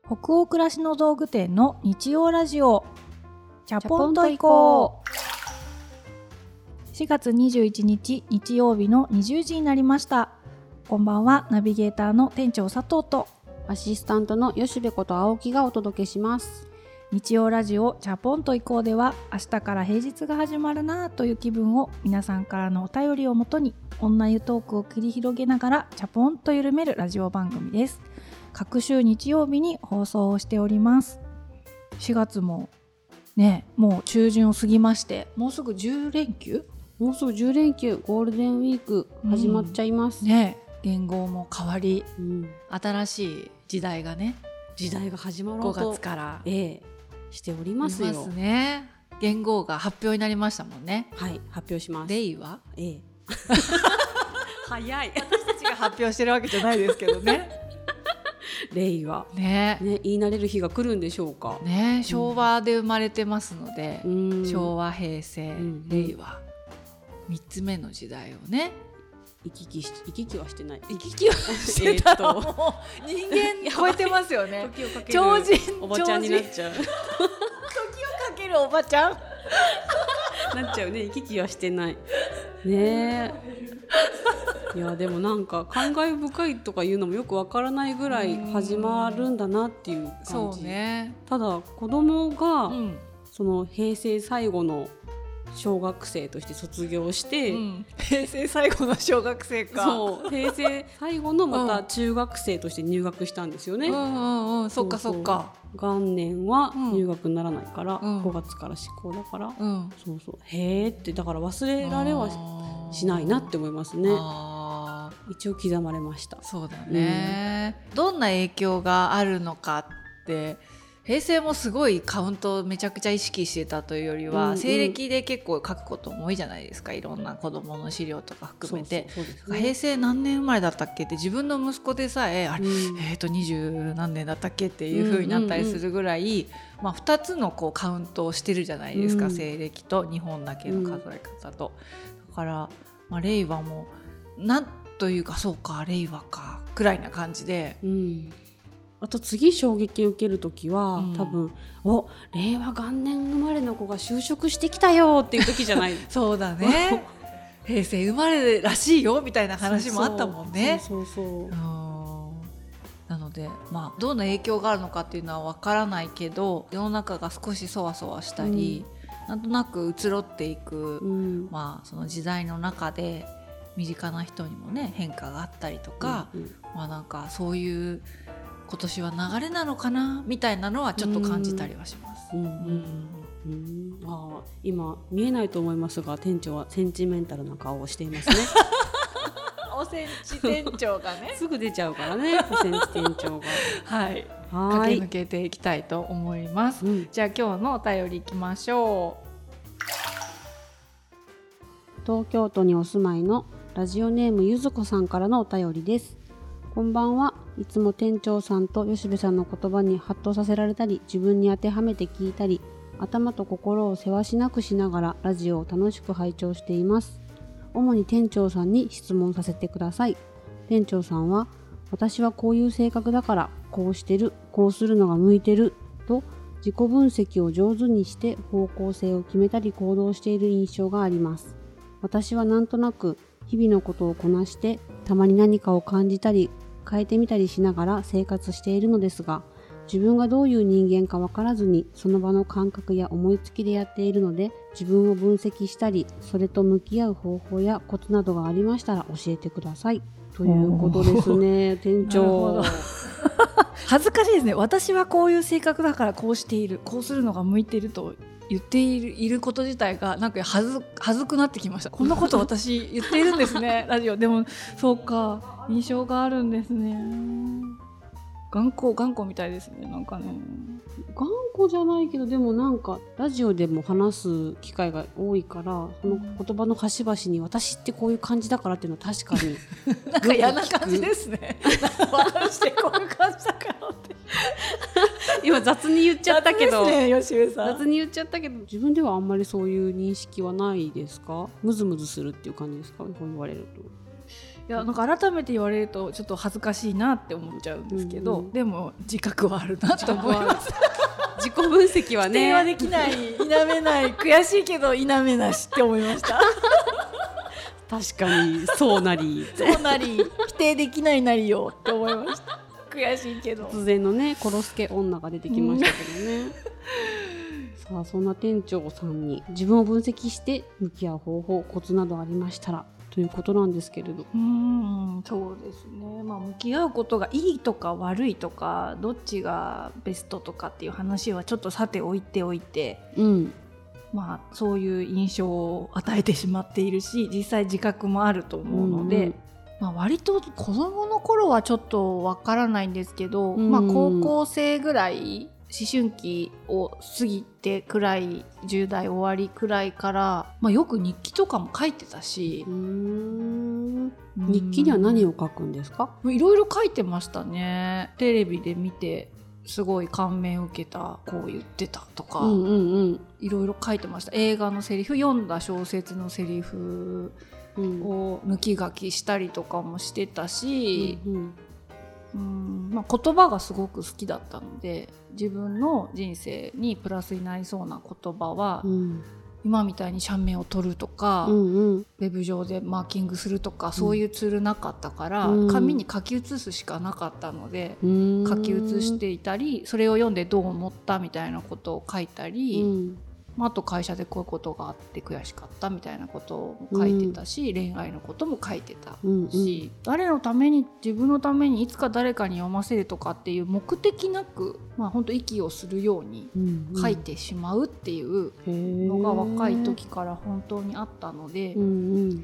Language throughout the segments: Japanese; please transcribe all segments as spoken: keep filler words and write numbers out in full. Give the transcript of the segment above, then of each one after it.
北欧暮らしの道具店の日曜ラジオ、チャポンと行こう。しがつにじゅういちにち日曜日のにじゅうじになりました。こんばんは。ナビゲーターの店長佐藤とアシスタントの吉部こと青木がお届けします。 日曜ラジオチャポンと行こうでは、明日から平日が始まるなという気分を皆さんからのお便りをもとに女湯トークを繰り広げながらチャポンと緩めるラジオ番組です。各週日曜日に放送をしております。しがつもね、もう中旬を過ぎまして、もうすぐじゅうれんきゅう、 もうすぐじゅうれんきゅう、ゴールデンウィーク始まっちゃいます、 うん、ね、元号も変わり、 うん、 新しい時代がね、 時代が始まろうとごがつから、 ええ、しておりますよ。 いますね。元号が発表になりましたもんね。 はい、発表します。 令和、 ええ、早い。 私たちが発表してるわけじゃないですけどね。 令和、 ね、 ね、言い慣れる日が来るんでしょうか。 ね、昭和で生まれてますので、うん、昭和、平成、うん、令和、みっつめの時代をね、 行き来し行き来はしてない。 行き来はしてたらもう人間超えてますよね。 時をかける超人おばちゃんになっちゃう。 時をかけるおばちゃんなっちゃうね。行き来はしてないねえ。いやでもなんか感慨深いとかいうのもよくわからないぐらい始まるんだなっていう感じ。 そうね。 ただ子供が、うん、その平成最後の小学生として卒業して、うん、 平成最後の小学生か。 そう、平成最後のまた中学生として入学したんですよね。 うんうんうん、そっかそっか。 元年は入学にならないから、うん、ごがつから施行だから、うん、そうそう、へーって、だから忘れられはしないなって思いますね。あ、一応刻まれました。 そうだね、うん、どんな影響があるのかって、平成もすごいカウントをめちゃくちゃ意識してたというよりは、うんうん、西暦で結構書くことも多いじゃないですか。いろんな子どもの資料とか含めて。そうそうそうですね、平成何年生まれだったっけって自分の息子でさえあれ、うん、えーとにじゅうなんねんだったっけっていう風になったりするぐらい、うんうんうん、まあ、ふたつのこうカウントをしてるじゃないですか、うん、西暦と日本だけの数え方と、うん、だから、まあ、令和もなんというか、そうか令和かくらいな感じで、うん、 あと次衝撃を受けるときは、うん、多分お令和元年生まれの子が就職してきたよっていう時じゃないそうだね平成生まれらしいよみたいな話もあったもんね。 そうそうそうそう、うん、 なので、まあ、どんな影響があるのかっていうのは分からないけど、世の中が少しそわそわしたり、うん、なんとなく移ろっていく、うん、まあ、その時代の中で身近な人にもね変化があったりとか、うんうん、まあ、なんかそういう今年は流れなのかなみたいなのはちょっと感じたりはします。うんうんうん、あ、今見えないと思いますが、店長はセンチメンタルな顔をしていますねおセンチ店長がねすぐ出ちゃうからね、おセンチ店長がはい、はい、駆け抜けていきたいと思います、うん、じゃあ今日のお便りいきましょう。 東京都にお住まいのラジオネームゆずこさんからのお便りです。こんばんは。いつも店長さんと吉部さんの言葉にハッとさせられたり、自分に当てはめて聞いたり、頭と心をせわしなくしながらラジオを楽しく拝聴しています。主に店長さんに質問させてください。店長さんは、私はこういう性格だからこうしてる、こうするのが向いてると自己分析を上手にして方向性を決めたり行動している印象があります。私はなんとなく日々のことをこなして、たまに何かを感じたり変えてみたりしながら生活しているのですが、自分がどういう人間か分からずにその場の感覚や思いつきでやっているので、自分を分析したり、それと向き合う方法やコツなどがありましたら教えてください、ということですね。店長恥ずかしいですね。私はこういう性格だからこうしている、こうするのが向いていると言っている、いること自体がなんか恥ず、恥ずくなってきました。こんなこと私言っているんですねラジオでも。そうか、印象があるんですね。頑固頑固みたいですね。なんかね、 頑固じゃないけど、でもなんかラジオでも話す機会が多いから、その言葉の端々に私ってこういう感じだからっていうのは確かになんか嫌な感じですね私ってこういう感じだからって今雑に言っちゃったけど、 ね、吉部さん雑に言っちゃったけど、自分ではあんまりそういう認識はないですか？ムズムズするっていう感じですか？こう言われると。 いやなんか改めて言われるとちょっと恥ずかしいなって思っちゃうんですけど、うんうん、でも自覚はあるなと思います自己分析はね、 否定はできない、否めない、悔しいけど否めなしって思いました確かにそうなりそうなり否定できないなりよって思いました悔しいけど突然のねコロスケ女が出てきましたけどね、うん、さあそんな店長さんに自分を分析して向き合う方法コツなどありましたらということなんですけれど。 うーんそうですね、まあ、向き合うことがいいとか悪いとかどっちがベストとかっていう話はちょっとさておいておいて、うんまあ、そういう印象を与えてしまっているし実際自覚もあると思うので、うんうんまあ、割と子供の頃はちょっとわからないんですけど、うんまあ、高校生ぐらい思春期を過ぎてくらいじゅう代終わりくらいから、まあ、よく日記とかも書いてたし。うーん日記には何を書くんですか？ いろいろ書いてましたね。テレビで見てすごい感銘を受けたこう言ってたとか、うんうんうん、いろいろ書いてました。映画のセリフ読んだ小説のセリフを抜き書きしたりとかもしてたし、うんうんうんまあ、言葉がすごく好きだったので自分の人生にプラスになりそうな言葉は、うん、今みたいに写メを撮るとか、うんうん、ウェブ上でマーキングするとか、うん、そういうツールなかったから、うん、紙に書き写すしかなかったので、うん、書き写していたりそれを読んでどう思ったみたいなことを書いたり、うんあと会社でこういうことがあって悔しかったみたいなことを書いてたし、うん、恋愛のことも書いてたし、うんうん、誰のために自分のためにいつか誰かに読ませるとかっていう目的なく、まあ、本当息をするように書いてしまうっていうのが若い時から本当にあったので、うんうん、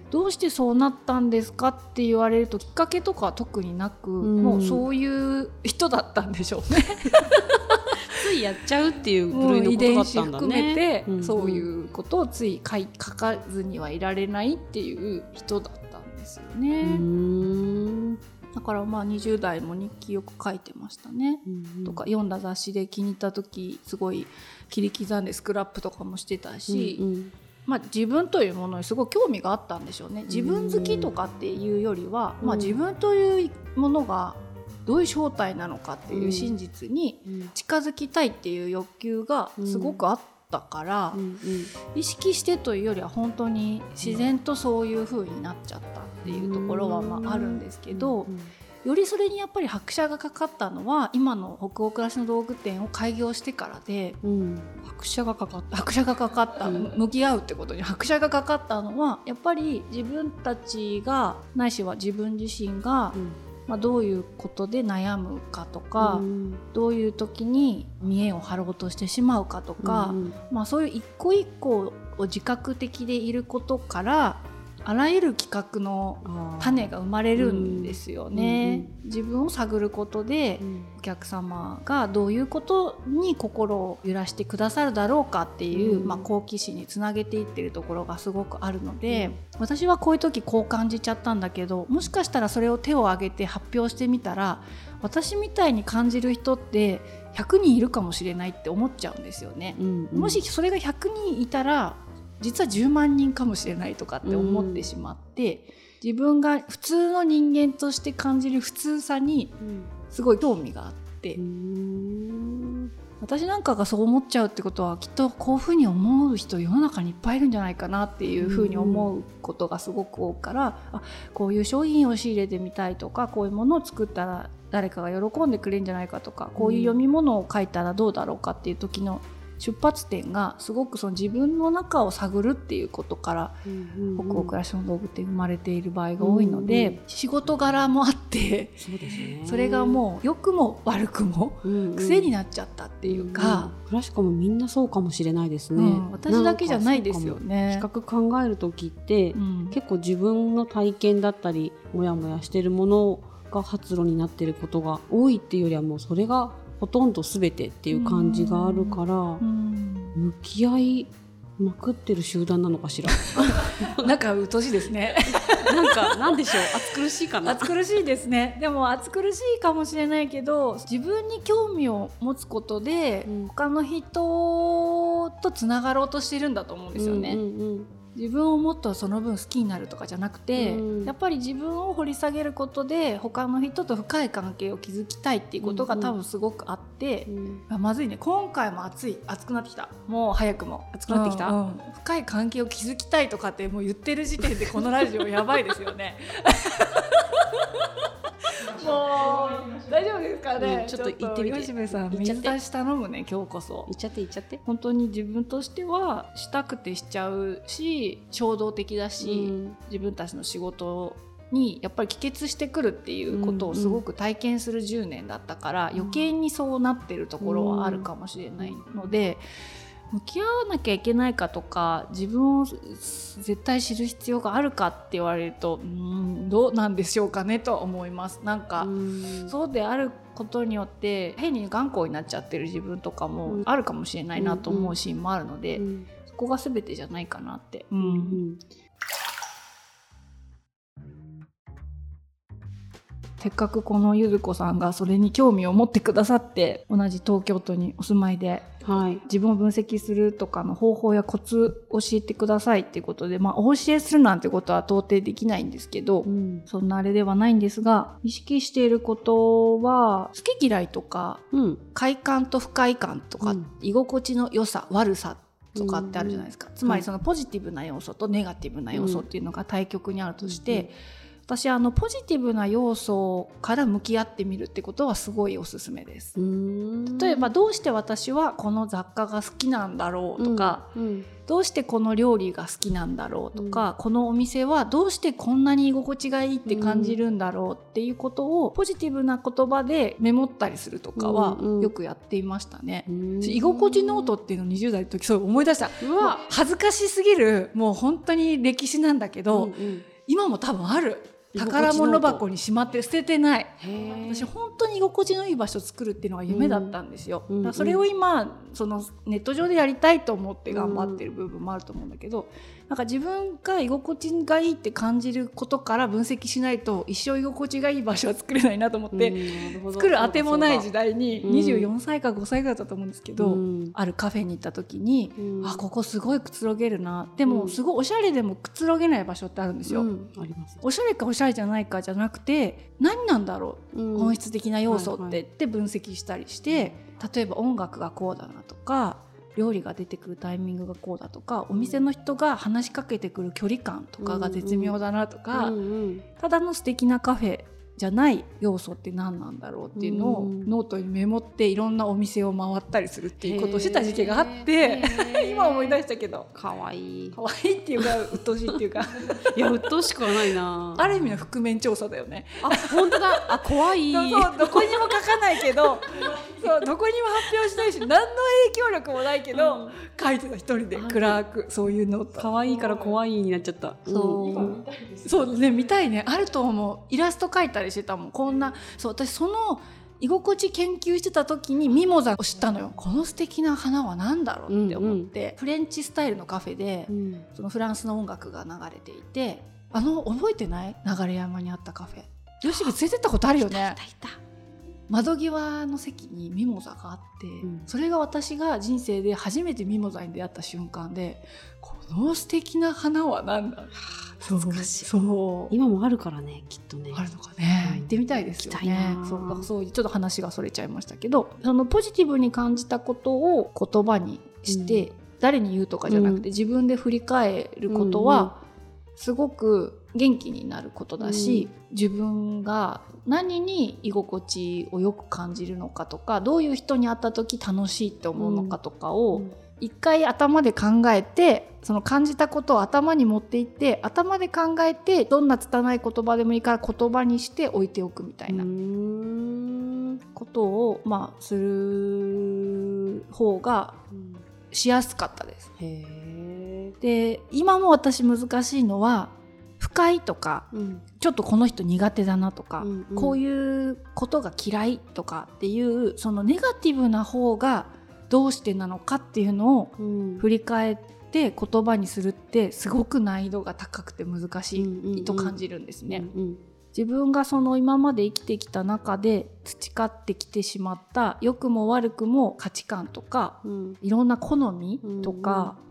どうしてそうなったんですかって言われるときっかけとかは特になく、うん、もうそういう人だったんでしょうねついやっちゃうっていう部類のことだったんだね。 遺伝子含めて、うんうん、そういうことをつい 書, 書かずにはいられないっていう人だったんですよね。うーんだからまあにじゅう代も日記よく書いてましたね、うんうん、とか読んだ雑誌で気に入った時すごい切り刻んでスクラップとかもしてたし、うんうんまあ、自分というものにすごい興味があったんでしょうね。自分好きとかっていうよりは、まあ、自分というものがどういう正体なのかっていう真実に近づきたいっていう欲求がすごくあったから、うんうん、意識してというよりは本当に自然とそういう風になっちゃったっていうところはまああるんですけど、うんうん、よりそれにやっぱり拍車がかかったのは今の北欧暮らしの道具店を開業してからで、うん、拍車がかかった拍車がかかった、うん、向き合うってことに拍車がかかったのはやっぱり自分たちがないしは自分自身が、うんまあ、どういうことで悩むかとか、うん、どういう時に見栄を張ろうとしてしまうかとか、うんまあ、そういう一個一個を自覚的でいることからあらゆる企画の種が生まれるんですよね、うんうん、自分を探ることでお客様がどういうことに心を揺らしてくださるだろうかっていう、うんまあ、好奇心につなげていってるところがすごくあるので、うん、私はこういう時こう感じちゃったんだけどもしかしたらそれを手を挙げて発表してみたら私みたいに感じる人ってひゃくにんいるかもしれないって思っちゃうんですよね、うんうん、もしそれがひゃくにんいたら実はじゅうまんにんかもしれないとかって思ってしまって、うん、自分が普通の人間として感じる普通さにすごい興味があって、うん、私なんかがそう思っちゃうってことはきっとこういうふうに思う人世の中にいっぱいいるんじゃないかなっていうふうに思うことがすごく多いから、うん、あこういう商品を仕入れてみたいとかこういうものを作ったら誰かが喜んでくれるんじゃないかとかこういう読み物を書いたらどうだろうかっていう時の出発点がすごくその自分の中を探るっていうことから、うんうんうん、北欧暮らしの道具って生まれている場合が多いので、うんうん、仕事柄もあってそうですね、それがもう良くも悪くも癖になっちゃったっていうか、うんうん、 クラシカもみんなそうかもしれないですね、うん、 私だけじゃないですよね。 企画考える時って、うん、結構自分の体験だったりモヤモヤしてるものが発露になってることが多いっていうよりはもうそれがほとんど全てっていう感じがあるから、うん、向き合いまくってる集団なのかしらなんかうとしいですねなんかなんでしょう暑苦しいかな暑苦しいですね。でも暑苦しいかもしれないけど自分に興味を持つことで、うん、他の人とつながろうとしてるんだと思うんですよね、うんうんうん、 自分をもっとその分好きになるとかじゃなくて、うん、やっぱり自分を掘り下げることで他の人と深い関係を築きたいっていうことが多分すごくあって、うんうん、あまずいね、今回も暑い暑くなってきた、もう早くも暑くなってきた、うんうん、 深い関係を築きたいとかってもう言ってる時点でこのラジオやばいですよねもう大丈夫ですかね、 うん、ちょっと言ってみて、 吉部さん水出し頼むね、今日こそ言っちゃって言っちゃって。 本当に自分としてはしたくてしちゃうし衝動的だし、うん、自分たちの仕事にやっぱり帰結してくるっていうことをすごく体験するじゅうねんだったから、うん、余計にそうなってるところはあるかもしれないので、向き合わなきゃいけないかとか自分を絶対知る必要があるかって言われると、うーんどうなんでしょうかねと思います。なんかそうであることによって変に頑固になっちゃってる自分とかもあるかもしれないなと思うシーンもあるので、うんうん、そこが全てじゃないかなって、うんうん、せっかくこのゆずこさんがそれに興味を持ってくださって同じ東京都にお住まいで、はい、自分を分析するとかの方法やコツ教えてくださいっていうことで、まあ、お教えするなんてことは到底できないんですけど、うん、そんなあれではないんですが、意識していることは好き嫌いとか、うん、快感と不快感とか、うん、居心地の良さ悪さとかってあるじゃないですか、うん、つまりそのポジティブな要素とネガティブな要素っていうのが対極にあるとして、うんうん、私あのポジティブな要素から向き合ってみるってことはすごいおすすめです。うーん、例えばどうして私はこの雑貨が好きなんだろうとか、うんうん、どうしてこの料理が好きなんだろうとか、うん、このお店はどうしてこんなに居心地がいいって感じるんだろうっていうことをポジティブな言葉でメモったりするとかはよくやっていましたね、うんうん、居心地ノートっていうのをにじゅう代の時そう思い出した。うわ恥ずかしすぎる、もう本当に歴史なんだけど、うんうん、今も多分ある、宝物箱にしまって捨ててない。私本当に居心地のいい場所を作るっていうのが夢だったんですよ、うん、だからそれを今そのネット上でやりたいと思って頑張ってる部分もあると思うんだけど、なんか自分が居心地がいいって感じることから分析しないと一生居心地がいい場所は作れないなと思って、うん、作る当てもない時代ににじゅうよんさいかごさいぐらいだったと思うんですけど、うん、あるカフェに行った時に、うん、あここすごいくつろげるな、でもすごいおしゃれでもくつろげない場所ってあるんですよ、うん、あります。おしゃれかおしゃれじゃないかじゃなくて何なんだろう、うん、本質的な要素ってって分析したりして、はいはい、例えば音楽がこうだなとか料理が出てくるタイミングがこうだとか、お店の人が話しかけてくる距離感とかが絶妙だなとか、うんうん、ただの素敵なカフェじゃない要素って何なんだろうっていうのをノートにメモっていろんなお店を回ったりするっていうことをした時期があって今思い出したけどかわいいかわいいっていうか鬱陶しいっていうかいや鬱陶しくはないなある意味の覆面調査だよね。 あ本当だ、あ怖いそうそうどこにも書かないけどそうどこにも発表しないし何の影響力もないけど、うん、書いてた一人でクラークそういうノートかわいいから怖いになっちゃった。 そう、うん、そうね見たいね、あると思う。イラスト描いたりしてたもん。こんなそう私その居心地研究してた時にミモザを知ったのよ。この素敵な花は何だろうって思って、うんうん、フレンチスタイルのカフェで、うん、そのフランスの音楽が流れていて、あの覚えてない流山にあったカフェ、よしぶ連れてったことあるよね。いたいたいた。窓際の席にミモザがあって、うん、それが私が人生で初めてミモザに出会った瞬間で、この素敵な花は何だろう。 懐かしい。そう今もあるからね、きっとね。 あるのかね、うん、行ってみたいですよね。そうそうちょっと話がそれちゃいましたけど、そのポジティブに感じたことを言葉にして、うん、誰に言うとかじゃなくて、うん、自分で振り返ることはすごく元気になることだし、うん、自分が何に居心地をよく感じるのかとか、どういう人に会った時楽しいって思うのかとかを一回頭で考えて、その感じたことを頭に持っていって、頭で考えてどんな拙い言葉でもいいから言葉にして置いておくみたいなことを、まあ、する方がしやすかったです。へー。で今も私難しいのは不快とか、うん、ちょっとこの人苦手だなとか、うんうん、こういうことが嫌いとかっていうそのネガティブな方がどうしてなのかっていうのを振り返って言葉にするってすごく難易度が高くて難しいと感じるんですね、うんうんうん、自分がその今まで生きてきた中で培ってきてしまった良くも悪くも価値観とか、うん、いろんな好みとか、うんうん、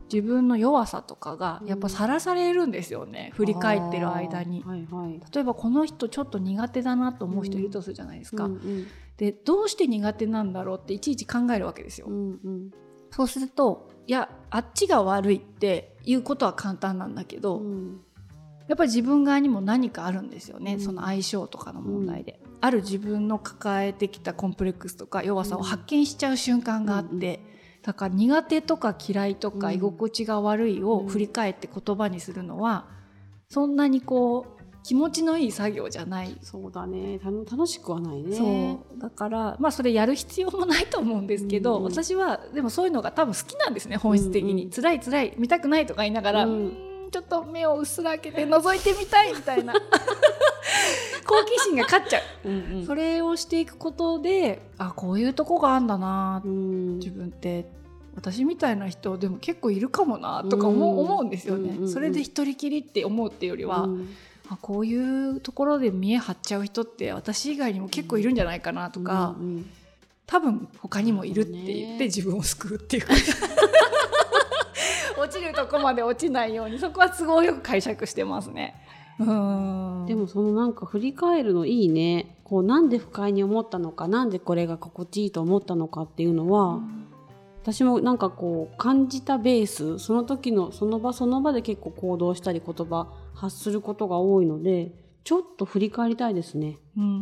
自分の弱さとかがやっぱさらされるんですよね、うん、振り返ってる間に、はいはい、例えばこの人ちょっと苦手だなと思う人いるとするじゃないですか、うんうん、でどうして苦手なんだろうっていちいち考えるわけですよ、うんうん、そうするといやあっちが悪いっていうことは簡単なんだけど、うん、やっぱり自分側にも何かあるんですよね、うん、その相性とかの問題で、うん、ある自分の抱えてきたコンプレックスとか弱さを発見しちゃう瞬間があって、うんうん、だから苦手とか嫌いとか居心地が悪いを振り返って言葉にするのはそんなにこう気持ちのいい作業じゃない。 そうだね、楽しくはないね。 そうだから、まあ、それやる必要もないと思うんですけど、うんうん、私はでもそういうのが多分好きなんですね、本質的に、うんうん、辛い辛い見たくないとか言いながら、うん、ちょっと目をうっすら開けて覗いてみたいみたいな好奇心が勝っちゃう、うんうん、それをしていくことであこういうとこがあんだな、うん、自分って私みたいな人でも結構いるかもなとか思う、うん、思うんですよね、うんうんうん、それで一人きりって思うっていうよりは、うん、あこういうところで見え張っちゃう人って私以外にも結構いるんじゃないかなとか、うんうん、多分他にもいるって言って自分を救うっていうか落ちるとこまで落ちないようにそこは都合よく解釈してますね。うーんでもそのなんか振り返るのいいね。こうなんで不快に思ったのか、なんでこれが心地いいと思ったのかっていうのは、うん、私もなんかこう感じたベース、その時のその場その場で結構行動したり言葉発することが多いので、ちょっと振り返りたいですね、うんうんうん、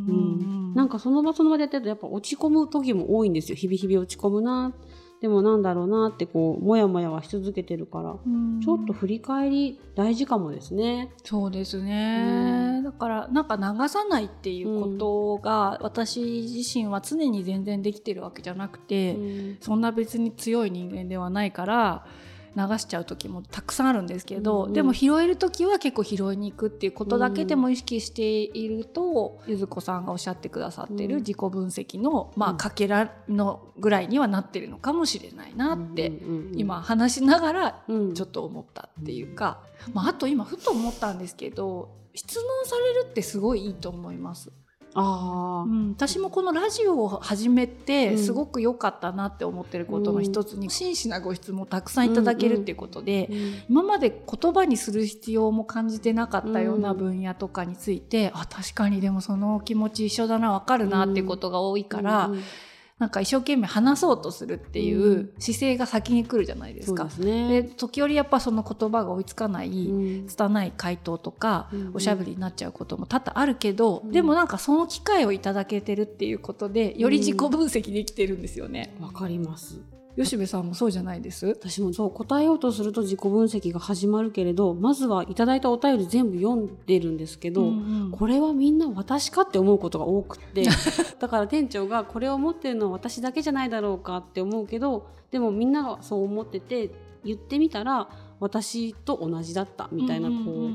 なんかその場その場でやってるとやっぱ落ち込む時も多いんですよ。日々日々落ち込むな、でもなんだろうなってこうもやもやはし続けてるから、うん、ちょっと振り返り大事かもですね。 そうですね、うん、だからなんか流さないっていうことが、うん、私自身は常に全然できてるわけじゃなくて、うん、そんな別に強い人間ではないから流しちゃう時もたくさんあるんですけど、うんうん、でも拾える時は結構拾いに行くっていうことだけでも意識していると、うん、ゆずこさんがおっしゃってくださってる自己分析の、うん、まあかけらのぐらいにはなってるのかもしれないなって、うんうんうん、今話しながらちょっと思ったっていうか、うんまあ、あと今ふと思ったんですけど、質問されるってすごいいいと思います。あうん、私もこのラジオを始めてすごく良かったなって思ってることの一つに、うん、真摯なご質問をたくさんいただけるっていうことで、うんうん、今まで言葉にする必要も感じてなかったような分野とかについて、うん、あ確かにでもその気持ち一緒だな、分かるなっていうことが多いから、うんうん、なんか一生懸命話そうとするっていう姿勢が先に来るじゃないですか、うんそうですね、で時折やっぱその言葉が追いつかない、うん、拙い回答とか、うん、おしゃべりになっちゃうことも多々あるけど、うん、でもなんかその機会をいただけてるっていうことでより自己分析できてるんですよね。 わ、うん、かります。 吉部さんもそうじゃないです？ 私もそう、答えようとすると自己分析が始まるけれど、まずはいただいたお便り全部読んでるんですけど、うんうん、これはみんな私かって思うことが多くってだから店長がこれを思ってるのは私だけじゃないだろうかって思うけど、でもみんながそう思ってて言ってみたら私と同じだったみたいな、こう、うんうんうんうん、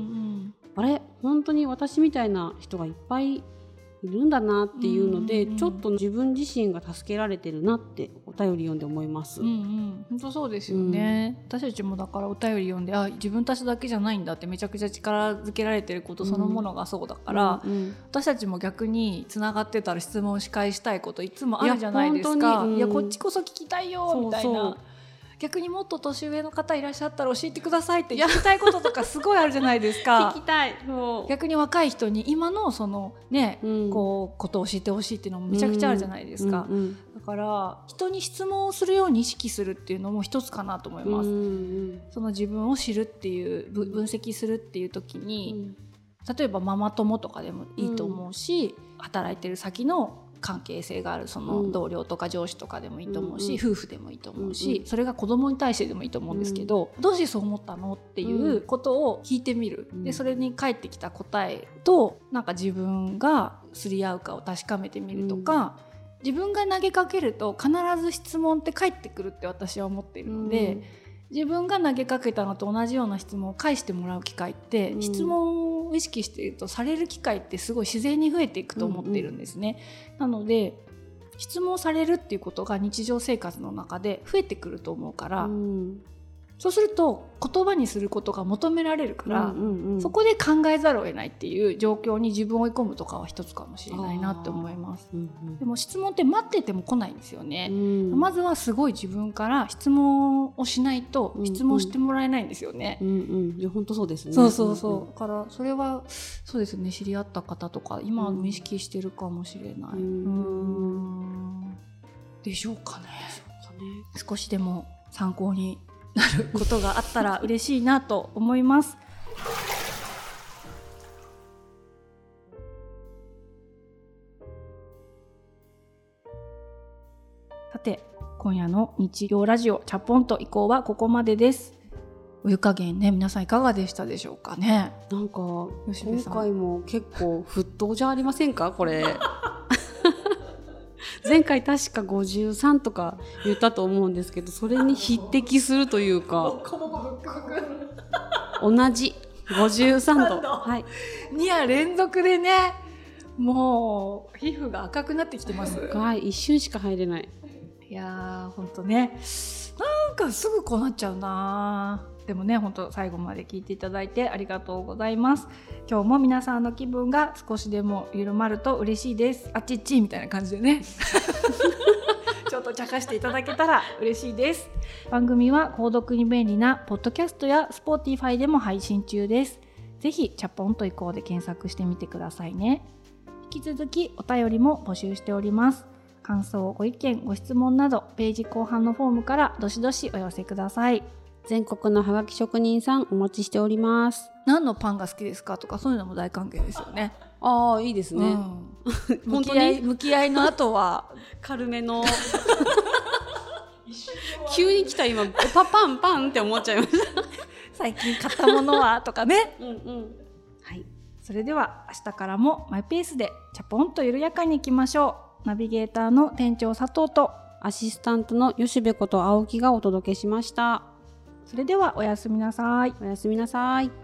あれ本当に私みたいな人がいっぱいいるんだなっていうので、うんうんうん、ちょっと自分自身が助けられてるなってお便り読んで思います、うんうん、 本当そうですよね、うん、私たちもだからお便り読んで、あ自分たちだけじゃないんだってめちゃくちゃ力づけられてることそのものがそうだから、うんうん、私たちも逆につながってたら質問し返したいこといつもあるじゃないですか。いや、うん、いやこっちこそ聞きたいよみたいな。そうそう逆にもっと年上の方いらっしゃったら教えてくださいって聞きたいこととかすごいあるじゃないですか聞きたい。そう逆に若い人に今のそのね、うん、こうことを教えてほしいっていうのもめちゃくちゃあるじゃないですか、うんうんうん、だから人に質問をするように意識するっていうのも一つかなと思います、うんうん、その自分を知るっていう分析するっていう時に、うん、例えばママ友とかでもいいと思うし、うん、働いてる先の関係性があるその同僚とか上司とかでもいいと思うし、うんうん、夫婦でもいいと思うし、うんうん、それが子供に対してでもいいと思うんですけど、うん、どうしてそう思ったのっていうことを聞いてみる、うん、でそれに返ってきた答えとなんか自分がすり合うかを確かめてみるとか、うん、自分が投げかけると必ず質問って返ってくるって私は思っているので、うん自分が投げかけたのと同じような質問を返してもらう機会って、うん、質問を意識しているとされる機会ってすごい自然に増えていくと思っているんですね、うんうん、なので質問されるっていうことが日常生活の中で増えてくると思うから、うん、 そうすると言葉にすることが求められるから、 うんうんうん、 そこで考えざるを得ないっていう状況に自分を追い込むとかは一つかもしれないなって思います、うんうん、でも質問って待ってても来ないんですよね、うん、まずはすごい自分から質問をしないと質問してもらえないんですよね、 うんうんうん、いや本当そうですね。 そうそうそう、うんうん、だからそれはそうですね、知り合った方とか今は無意識してるかもしれない、うん、うんでしょうかね。少しでも参考になることがあったら嬉しいなと思います。さて今夜の日曜ラジオチャポンと移行はここまでです。お湯加減ね、皆さんいかがでしたでしょうかね。 なんか今回も結構沸騰じゃありませんかこれ前回確かごじゅうさんとか言ったと思うんですけど、それに匹敵するというか同じごじゅうさんど、はい、 に夜連続でね、もう皮膚が赤くなってきてます。 はい、一瞬しか入れない。 いやーほんとね、なんかすぐこうなっちゃうな。でもね、本当最後まで聞いていただいてありがとうございます。今日も皆さんの気分が少しでも緩まると嬉しいです。あっちっちみたいな感じでねちょっと茶化していただけたら嬉しいです。番組は購読に便利なポッドキャストや Spotify でも配信中です。ぜひチャポンと移行で検索してみてくださいね。引き続きお便りも募集しております。感想、ご意見、ご質問などページ後半のフォームからどしどしお寄せください。 全国のハガキ職人さんお待ちしております。 何のパンが好きですかとか、そういうのも大歓迎ですよね。 ああ、いいですね、うん、 向き合い向き合いの後は軽めの急に来た今パパンパンって思っちゃいました最近買ったものはとかねうん、うん、 はい、それでは明日からもマイペースでチャポンと緩やかにいきましょう。ナビゲーターの店長佐藤とアシスタントの吉部こと青木がお届けしました。 それではおやすみなさい。 おやすみなさい。